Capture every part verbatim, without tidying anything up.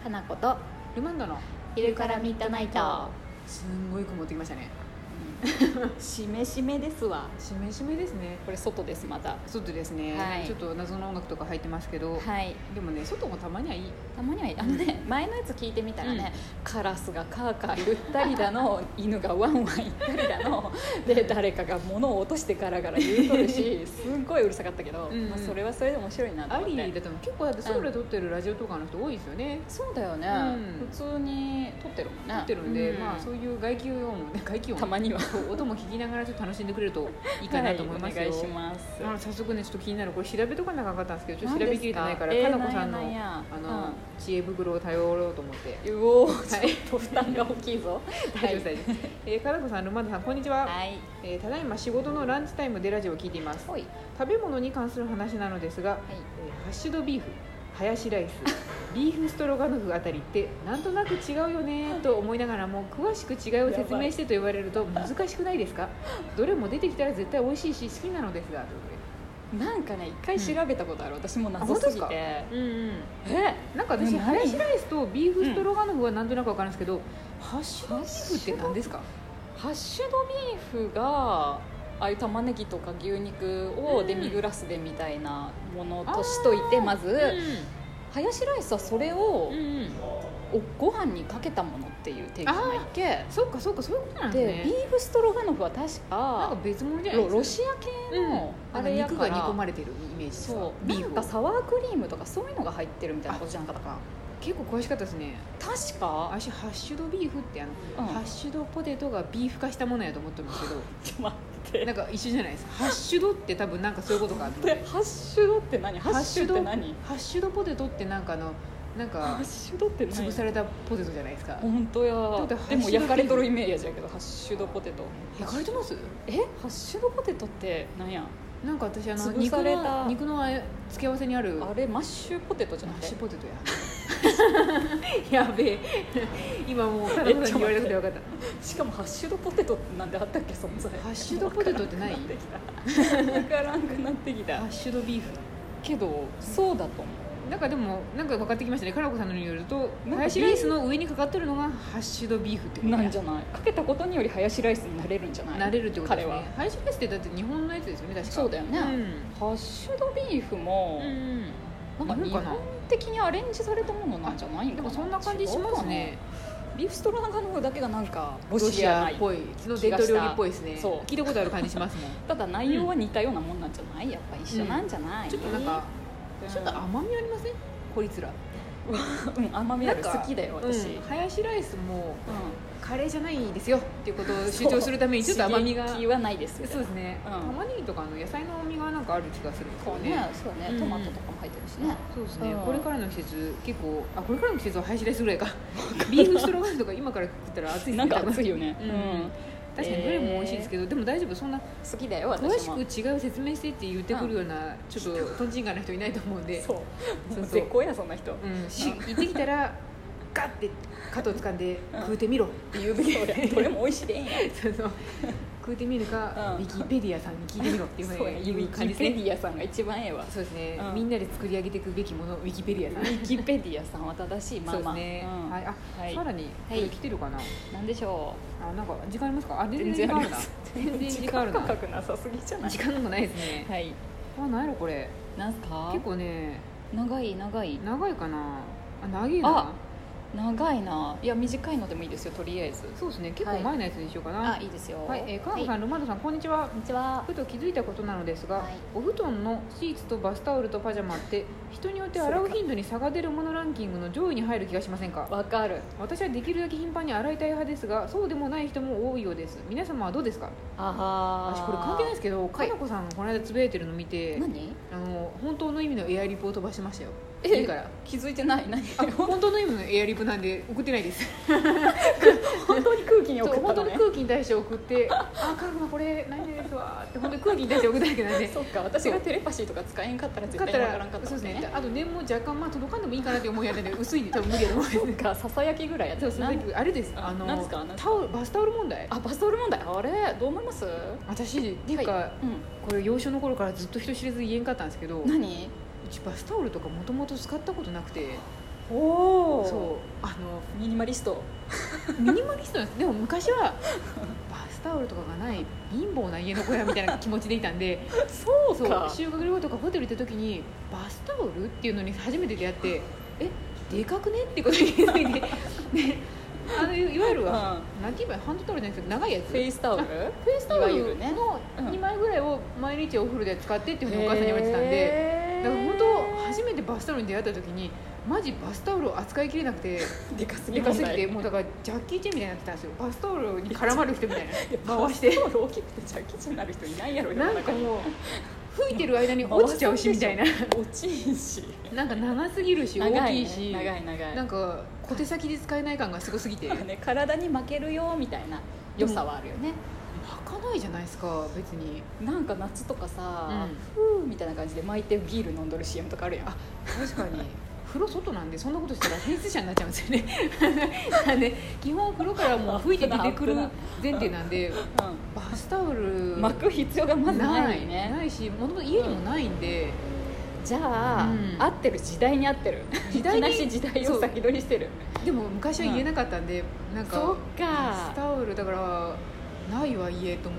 かなことルマンドの昼からミッドナイト。 すんごい曇ってきましたね。 しめしめですわ。 しめしめですね。 これ外です。また外ですね、 はい、 ちょっと謎の音楽とか入ってますけど、 はい、 でもね外もたまにはいい。 たまにはいい。あのね、うん、前のやつ聞いてみたらね、うん、カラスがカーカー言ったりだの犬がワンワン言ったりだので誰かが物を落としてガラガラ言うとるしすんごいうるさかったけど、うんうん、まあ、それはそれで面白いなと思って。 ありだと思う。結構だってソウルで撮ってるラジオとかの人多いですよね、 うん、そうだよね、うん、普通に撮ってるもんね。 撮ってるんで、 うん、 まあそういう外気音もね、外気音たまには音も聞きながらちょっと楽しんでくれるといいかなと思いますよ。 はい、お願いします。 あ、早速ねちょっと気になる、これ調べとかなかったんですけど、ちょっと調べきれてないから、かなこさんのあの、うん、知恵袋を頼ろうと思って。 うおー、ちょっと負担が大きいぞ。 大丈夫です。えー、かなこさん、ルマンドさん、こんにちは。 はい、 えー、ただいま仕事のランチタイムでラジオを聞いています。食べ物に関する話なのですが、はい、えー、ハッシュドビーフ、ハヤシライス、ビーフストロガノフあたりってなんとなく違うよねと思いながらも、詳しく違いを説明してと言われると難しくないですか？どれも出てきたら絶対美味しいし好きなのですが、ということで。 なんかね、一回調べたことある、うん、私も謎すぎて、 うんうん、 えなんか私ハヤシライスとビーフストロガノフはなんとなく分かるんですけど、うん、ハッシュドビーフって何ですか？ ハッシュドビーフがああいう玉ねぎとか牛肉をデミグラスでみたいなものとしといて、うん、まず、うん、ハヤシライスはそれを、うん、おご飯にかけたものっていう定義じゃないっけ？ そうかそうか、そういうことなんですね。 でビーフストロガノフは確かなんか別物じゃないですか。 ロシア系の、 うん、あれやから肉が煮込まれてるイメージですか。 そうビーフなんかサワークリームとかそういうのが入ってるみたいなことじゃなかったかな。 結構詳しかったですね。 確か私ハッシュドビーフってあの、うん、ハッシュドポテトがビーフ化したものやと思ってるんですけどちょっと待ってなんか一緒じゃないですか。ハッシュドって多分なんかそういうことかって。 ハッシュドって何？ハッシュドって何？ ハッシュドポテトってなんかあのなんかハッシュドって潰されたポテトじゃないですか。 本当や。でも焼かれとるイメージやけど、ハッシュドポテト焼かれてます？ えハッシュドポテトって何や？ なんか私あの肉の肉の付け合わせにあるあれマッシュポテトじゃなくてマッシュポテトややべえ今もうカナコさんに言われなくて分かった。 しかもハッシュドポテトってなんであったっけ存在。 ハッシュドポテトって何？ 分からんくなってきた。 ハッシュドビーフけどそうだと思う。 なんかでもなんか分かってきましたね。かなこさんのによるとハヤシライスの上にかかってるのがハッシュドビーフってことなんじゃない？かけたことによりハヤシライスになれるんじゃない？ なれるってことですね。 彼はハヤシライスってだって日本のやつですよね、確か。 そうだよね、うん、ハッシュドビーフも、うん、なんか日本的にアレンジされたものなんじゃないんかな。 でもそんな感じしますね。 ビーフストロガノフだけがなんかロシアっぽい、の伝統料理っぽいですね。そう聞いたことある感じしますもん。 ただ内容は似たようなもんなんじゃない？やっぱ一緒なんじゃない？ うん、ちょっとなんか、うん、ちょっと甘みありません？こいつらうん、甘みある。好きだよ私、 うん、ハヤシライスも、うん、カレーじゃないですよっていうことを主張するためにちょっと甘みが刺激はないですよ。 そうですね、うん、玉ねぎとかの野菜の甘みがなんかある気がするんですよね。 そうね、そうね、トマトとかも入ってるしね、 そうですね、うん、これからの季節結構あこれからの季節はハヤシライスぐらいかビーフストロガノフとか今から食ったら暑いですね。 なんか暑いよね、うん、 うん確かにどれも美味しいですけど、えー、でも大丈夫、そんな好きだよ私も。 詳しく違う説明してって言ってくるような、うん、ちょっととんちんかな人いないと思うんで。 そうそうそう、絶好やそんな人、 うん、し行ってきたらガッて肩を掴んで食うてみろって言うべき、 うん、どれも美味しいでんやそうそう食うてみるか、うん、ウィキペディアさんに聞いてみろっていうふうに言う感じですね。 ウィキペディアさんが一番ええわ。 そうですね、 うん、 みんなで作り上げていくべきものウィキペディアさん。 ウィキペディアさんは正しいまま。 そうですね、うん、はい、あ、はい、さらにこれ来てるかな、 なんでしょう。あ、なんか時間ありますか？あ、全然時間あるな。全然時間あるな。 時間かかなさすぎじゃない？ 時間もないですね。 はい。 あ、なんやろこれ。 なんすか？ 結構ね、 長い長い長いかな。あ、長いな。 長いな。いや短いのでもいいですよ、とりあえず。 そうですね、結構前のやつにしようかな。 はい、あ、いいですよ。 はい、えー、かなこさん、はい、ルマンドさん、こんにちは。 こんにちは。 ふと気づいたことなのですが、はい、お布団のシーツとバスタオルとパジャマって人によって洗う頻度に差が出るものランキングの上位に入る気がしませんか？ わかる。 私はできるだけ頻繁に洗いたい派ですが、そうでもない人も多いようです。皆様はどうですか？ あ私これ関係ないですけど、かなこさんこの間つぶやいてるの見て、 何？ あの本当の意味のエアリプを飛ばしてましたよ。 いいから気づいてない。何？ 本当の意味のエアリプなんで送ってないです本当に空気に送ったのね。 本当に空気に対して送ってあ、かなここれ何々ですわって本当に空気に対して送っただけなんでそっか、私がテレパシーとか使えんかったら絶対にわからんかったもんね。そうですね。 あと念も若干まあ届かんでもいいかなって思うやつで薄いんで多分無理やと思うんです。 そっか、ささやきぐらいやったな。 あれです、あのタオル、バスタオル問題。 あ、バスタオル問題、あれどう思います？ 私っていうか、はい、うん、これ幼少の頃からずっと人知れず言えんかったんですけど、 何？ うちバスタオルとかもともと使ったことなくて、 おそのミニマリストミニマリストなんです。でも昔はバスタオルとかがない貧乏な家の子やみたいな気持ちでいたんでそうかそう修学旅行とかホテル行った時にバスタオルっていうのに初めて出会ってえでかくねってことに気づいて、ね、あのいわゆるは、うん、何て言えばハンドタオルじゃないですけど長いやつフェイスタオルフェイスタオルのにまいぐらいを毎日お風呂で使ってっていうふうにお母さんに言われてたんでだから本当初めてバスタオルに出会った時にマジバスタオルを扱いきれなくてでかすぎでかすぎてもうだからジャッキー・チェンみたいになってたんですよ。バスタオルに絡まる人みたいな回してバスタオル大きくてジャッキー・チェンになる人いないやろなんかもう吹いてる間に落ちちゃうしみたいな落ちんしなんか長すぎるし大きいし長い長いなんか小手先で使えない感がすごすぎて、 ね、体に負けるよみたいな良さはあるよね。 履かないじゃないですか別に。 なんか夏とかさ、 うん、 ふーみたいな感じで巻いてビール飲んどる シーエム とかあるやん。 あ確かに風呂外なんでそんなことしたら変質者になっちゃうんですよねなんで基本風呂からもう吹いて出てくる前提なんで、うん、バスタオル巻く必要がまずないね。 ないしもともと家にもないんで、 うん、じゃあ、うん、合ってる時代に合ってる時代に時代を先取りしてる。 でも昔は言えなかったんで、うん、なんかそっかバスタオルだからないわ家と思って。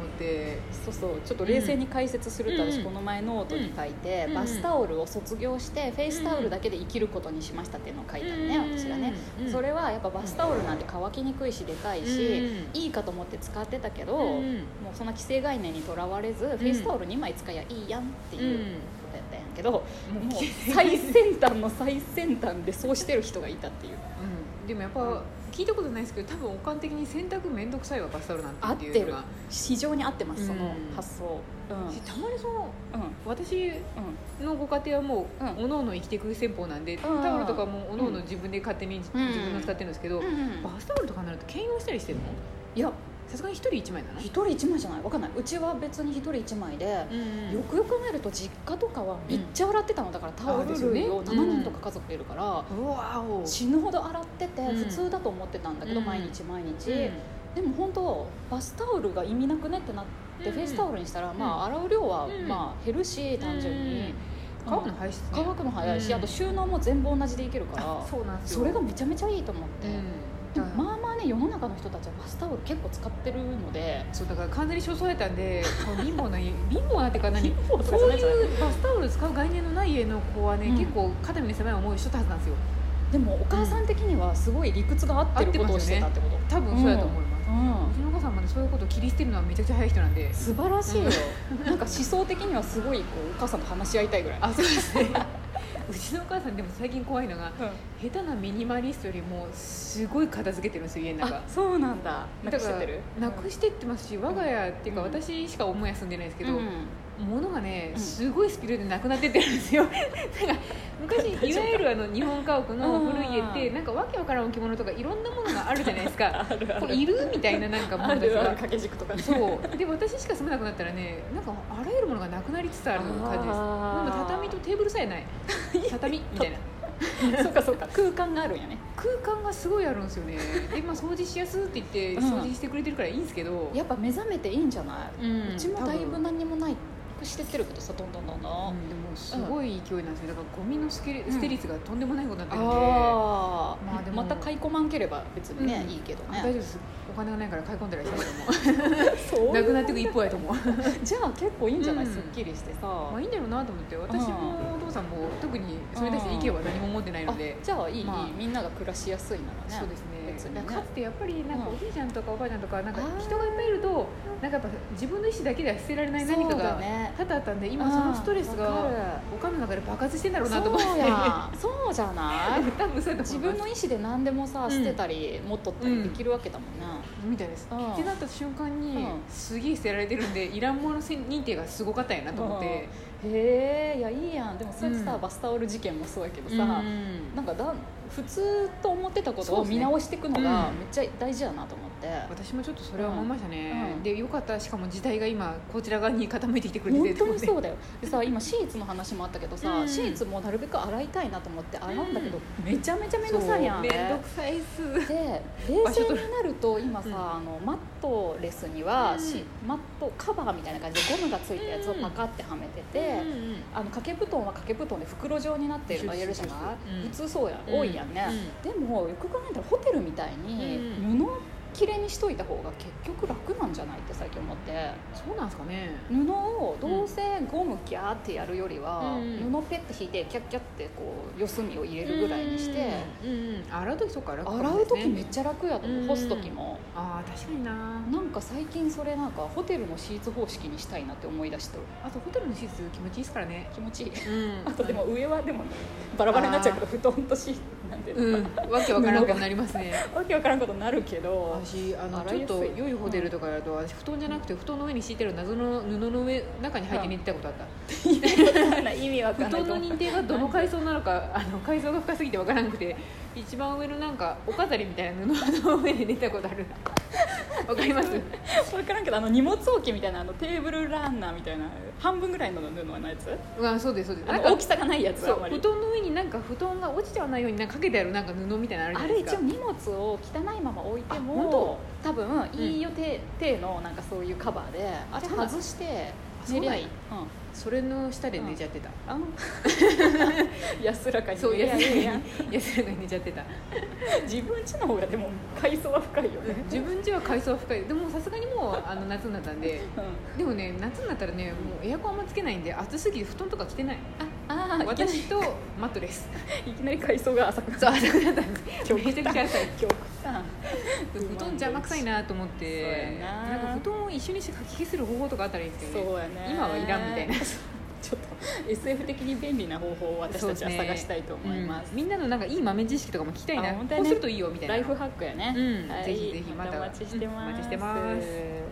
そうそうちょっと冷静に解説すると、うん、私この前ノートに書いて、うん、バスタオルを卒業してフェイスタオルだけで生きることにしましたっていうのを書いたのね、うん、私がね、うん、それはやっぱバスタオルなんて乾きにくいしでかいし、うん、いいかと思って使ってたけど、うん、もうそんな既成概念にとらわれず、うん、フェイスタオルにまい使えばいいやんっていうことやったんやけど、うん、もう最先端の最先端でそうしてる人がいたっていう、 うん、でもやっぱ聞いたことないですけど多分おかん的に洗濯めんどくさいわバスタオルなんてっていうのが合ってる非常に合ってます、うん、その発想、 うん、たまにその、うん、私のご家庭はもう、うん、おのおの生きていく戦法なんで、うん、タオルとかもおのおの自分で勝手に、うん、自分の使ってるんですけど、うん、バスタオルとかになると兼用したりしてるの？ いやさすがに一人一枚なの？ 一人一枚じゃない分かんない。うちは別に一人一枚で、うん、よくよく考えると実家とかはめっちゃ洗ってたのだからタオル類をななにんとか家族でいるから、うん、死ぬほど洗ってて普通だと思ってたんだけど、うん、毎日毎日、うん、でも本当バスタオルが意味なくねってなって、うん、フェイスタオルにしたら、まあ、洗う量は、まあ、減るし単純に、 うん、乾くの早いし、ね、 乾くの早いし、うん、あと収納も全部同じでいけるからそうなんですよ。 それがめちゃめちゃいいと思って、 うんでもまあまあね世の中の人たちはバスタオル結構使ってるのでそうだから完全に初相やったんで貧乏な貧乏なっていうか何そういうバスタオル使う概念のない家の子はね、うん、結構肩身に狭い思いしとったはずなんですよ。 でもお母さん的にはすごい理屈が合ってることをしてたってこと、 ね、多分そうやと思います、うん、うちのお母さんもねそういうことを切り捨てるのはめちゃくちゃ早い人なんで素晴らしいよ、うん、なんか思想的にはすごいこうお母さんと話し合いたいぐらい。 あそうですねうちのお母さんでも最近怖いのが、うん、下手なミニマリストよりもすごい片付けてるんですよ家の中。 あそうなんだ。なくしてってる？ なくしてってますし我が家っていうか、うん、私しか母屋住んでないですけど、うん物がねすごいスピードでなくなってってるんですよなんか昔いわゆるあの日本家屋の古い家ってなんかわけわからん置物とかいろんなものがあるじゃないですかあるあるこういるみたいななんかものですが掛け軸とかねそうで私しか住めなくなったらねなんかあらゆるものがなくなりつつある感じです。もう畳とテーブルさえない畳みたいなそうかそうか空間があるんやね。 空間がすごいあるんですよねで、まあ、掃除しやすって言って掃除してくれてるからいいんですけど、 うん、やっぱ目覚めていいんじゃない、うん、うちもだいぶ何にもないしてってるけどさどんどんどんどん、 うん、でもすごい勢いなんですよだからゴミの捨て捨て率がとんでもないことになってるんで、 うん、あまあでもまた買い込まんければ別にね、うん、いいけどね。 大丈夫ですお金がないから買い込んだらいいと思うなくなっていく一方やと思うじゃあ結構いいんじゃない、うん、すっきりしてさ、 まあ、いいんだろうなと思って私もお父さんも特にそれに対して意見は何も持ってないのでじゃあいい、まあ、みんなが暮らしやすいならね。 そうですね別にねかつてやっぱりなんかおじいちゃんとかおばあちゃんとかなんか人がいっぱいいるとなんかやっぱ自分の意思だけでは捨てられない何かが多々あったんで今そのストレスがおかんの中で爆発してんだろうなと思ってそうやそうじゃない多分そうやと思います。 自分の意思で何でもさ捨てたり、うん、持っとったりできるわけだもんね、 うん、みたいです、うん、ってなった瞬間に、うん、すげえ捨てられてるんでいらんもの認定がすごかったんやなと思って、 うん、へえいやいいやん。でもそうやってさ、うん、バスタオル事件もそうやけどさ、うん、なんかだ普通と思ってたことを見直していくのがめっちゃ大事やなと思って、 って私もちょっとそれは思いましたね、 うん、 でよかった。しかも時代が今こちら側に傾いてきてくれて本当にそうだよ。でさ今シーツの話もあったけどさ、うん、シーツもなるべく洗いたいなと思って洗うんだけど、うん、めちゃめちゃ面倒くさいやん。 面倒くさいっす。 で冷静になると今さ、うん、あのマットレスには、うん、マットカバーみたいな感じでゴムがついたやつをパカってはめてて、うん、あの掛け布団は掛け布団で袋状になってるのやるじゃない、うん、普通そうや、うん、多いやんね、うん、でもよく考えたらホテルみたいに布きれいにしといた方が結局楽なんじゃないって最近思って。 そうなんですかね。 布をどうせゴムギャーってやるよりは、うん、布ペッて引いてキャッキャってこう四隅を入れるぐらいにして、 うんうんうん、洗う時とか楽かもですね。 洗う時めっちゃ楽やと思う、うん、干す時も。 ああ確かにな。 なんか最近それなんかホテルのシーツ方式にしたいなって思い出してる。 あとホテルのシーツ気持ちいいですからね。 気持ちいい、うん、あとでも上はでもバラバラになっちゃうけど布団とシーツなんていうのか、 うん、わけわからんことになりますね。 わけわからんことになるけど、 私あのちょっと良いホテルとかやると、私布団じゃなくて布団の上に敷いてる謎の布の上中に入って寝てたことあった、 うん、意味わかんない。 布団の認定がどの階層なのかあの階層が深すぎてわからなくて、一番上のなんかお飾りみたいな布の上で寝たことある。わかります？ 分からんけど、あの荷物置きみたいな、あのテーブルランナーみたいな半分ぐらいの布のやつ、 あ、そうですそうです。 なんか大きさがないやつ。 そう、布団の上になんか布団が落ちちゃわないようになんかかけてあるなんか布みたいなのあるじゃないですか。 あれ一応荷物を汚いまま置いても多分いいよ手、うん、のなんかそういうカバーであれ外して寝りゃいい。うん、 それの下で寝ちゃってた、 うん、安らかに。 そう安らかに安らかに寝ちゃってた。 自分家の方がでも階層は深いよね。 自分家は階層は深い。でもさすがにもうあの夏になったんで、うん、でもね夏になったらねもうエアコンあんまつけないんで暑すぎて布団とか着てない。ああ、私とマットレス。 いきなり階層が浅くなった。 そう浅くなったんです。めちゃくちゃ浅い。 極端。 布団邪魔くさいなと思って、な, なんか布団を一緒にしてかき消せる方法とかあったらいいですけどね。 そうやね。 今はいらんみたいな。 ちょっと エスエフ 的に便利な方法を私たちは探したいと思います。 うん、みんなのなんかいい豆知識とかも聞きたいな。こうするといいよみたいな。 ライフハックやね。 うん、 はい、 ぜひぜひまたお待ちしてます。 お待ちしてます。